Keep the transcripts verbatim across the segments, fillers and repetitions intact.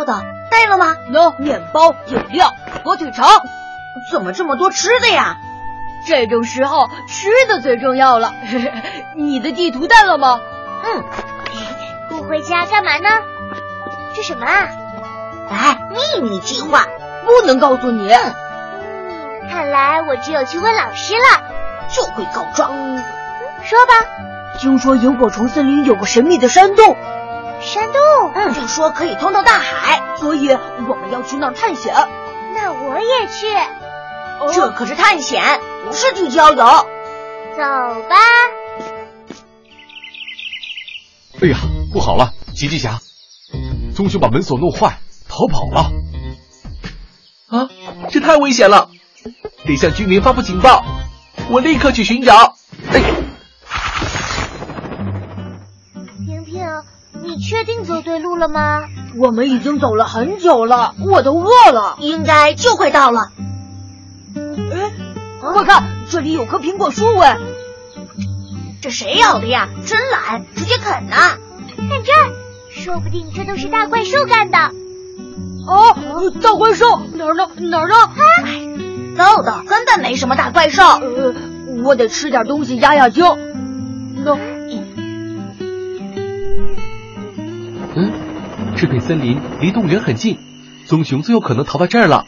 要的带了吗？ 喏，面包、饮料、火腿肠。 怎么这么多吃的呀？ 这种时候吃的最重要了。你的地图带了吗？ 嗯。 不回家干嘛呢？这什么啊？ 哎，秘密计划， 不能告诉你。 嗯，看来我只有去问老师了。 就会告状。 嗯，说吧。 听说萤火虫森林有个神秘的山洞。 山洞？ 嗯，据说可以通到大海， 所以我们要去那儿探险。 那我也去。 哦、这可是探险，不是去郊游。 走吧。 哎呀，不好了，奇奇侠，棕熊把门锁弄坏，逃跑了。啊，这太危险了，得向居民发布警报。我立刻去寻找。哎， 平平，你确定走对路了吗？ 我们已经走了很久了，我都饿了。 应该就快到了。 哎，快看，这里有棵苹果树哎！ 这谁咬的呀？真懒，直接啃呢。 看这儿，说不定这都是大怪兽干的。 啊，大怪兽哪儿呢？哪儿呢？ 哎，豆豆根本没什么大怪兽。 呃，我得吃点东西压压惊。那， 嗯，这片森林离动物园很近，棕熊最有可能逃到这儿了。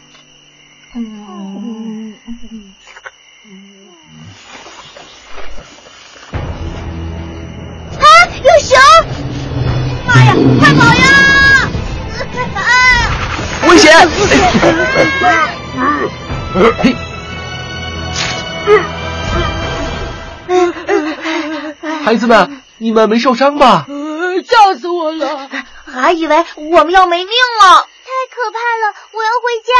嗯，啊，有熊！ 妈呀，快跑呀！ 危险！嘿。孩子们，你们没受伤吧？ 呃，吓死我了！ 还以为我们要没命了。 太可怕了，我要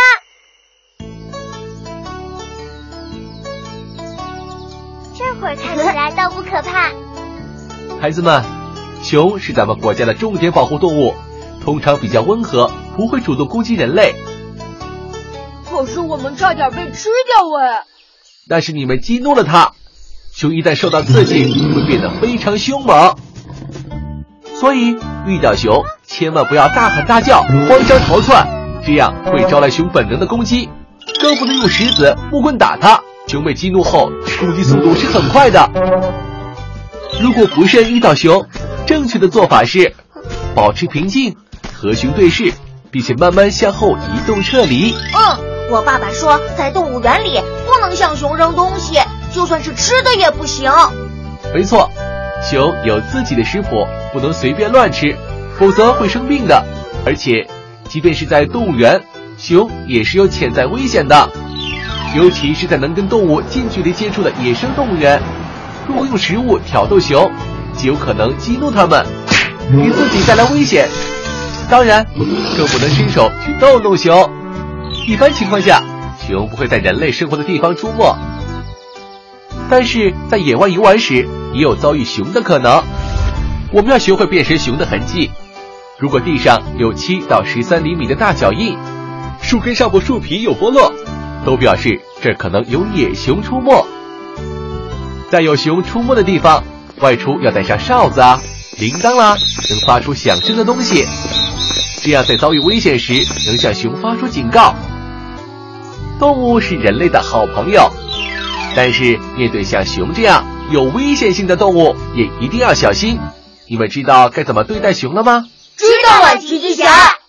回家。这会儿看起来倒不可怕。 孩子们，熊是咱们国家的重点保护动物，通常比较温和，不会主动攻击人类。 可是我们差点被吃掉哎！ 那是你们激怒了它。熊一旦受到刺激，会变得非常凶猛。所以遇到熊，千万不要大喊大叫、慌张逃窜，这样会招来熊本能的攻击。更不能用石子、木棍打它，熊被激怒后，攻击速度是很快的。如果不慎遇到熊，正确的做法是保持平静，和熊对视，并且慢慢向后移动撤离。 嗯，我爸爸说，在动物园里不能向熊扔东西，就算是吃的也不行。 没错，熊有自己的食谱，不能随便乱吃，否则会生病的。而且，即便是在动物园，熊也是有潜在危险的，尤其是在能跟动物近距离接触的野生动物园。如果用食物挑逗熊，极有可能激怒它们，给自己带来危险。当然，更不能伸手去逗弄熊。一般情况下，熊不会在人类生活的地方出没，但是在野外游玩时，也有遭遇熊的可能。我们要学会辨识熊的痕迹。如果地上有七到十三厘米的大脚印，树根上部树皮有剥落，都表示这可能有野熊出没。在有熊出没的地方，外出要带上哨子啊、铃铛啦，能发出响声的东西，这样在遭遇危险时能向熊发出警告。动物是人类的好朋友，但是面对像熊这样有危险性的动物，也一定要小心。你们知道该怎么对待熊了吗？ 知道了，奇奇侠。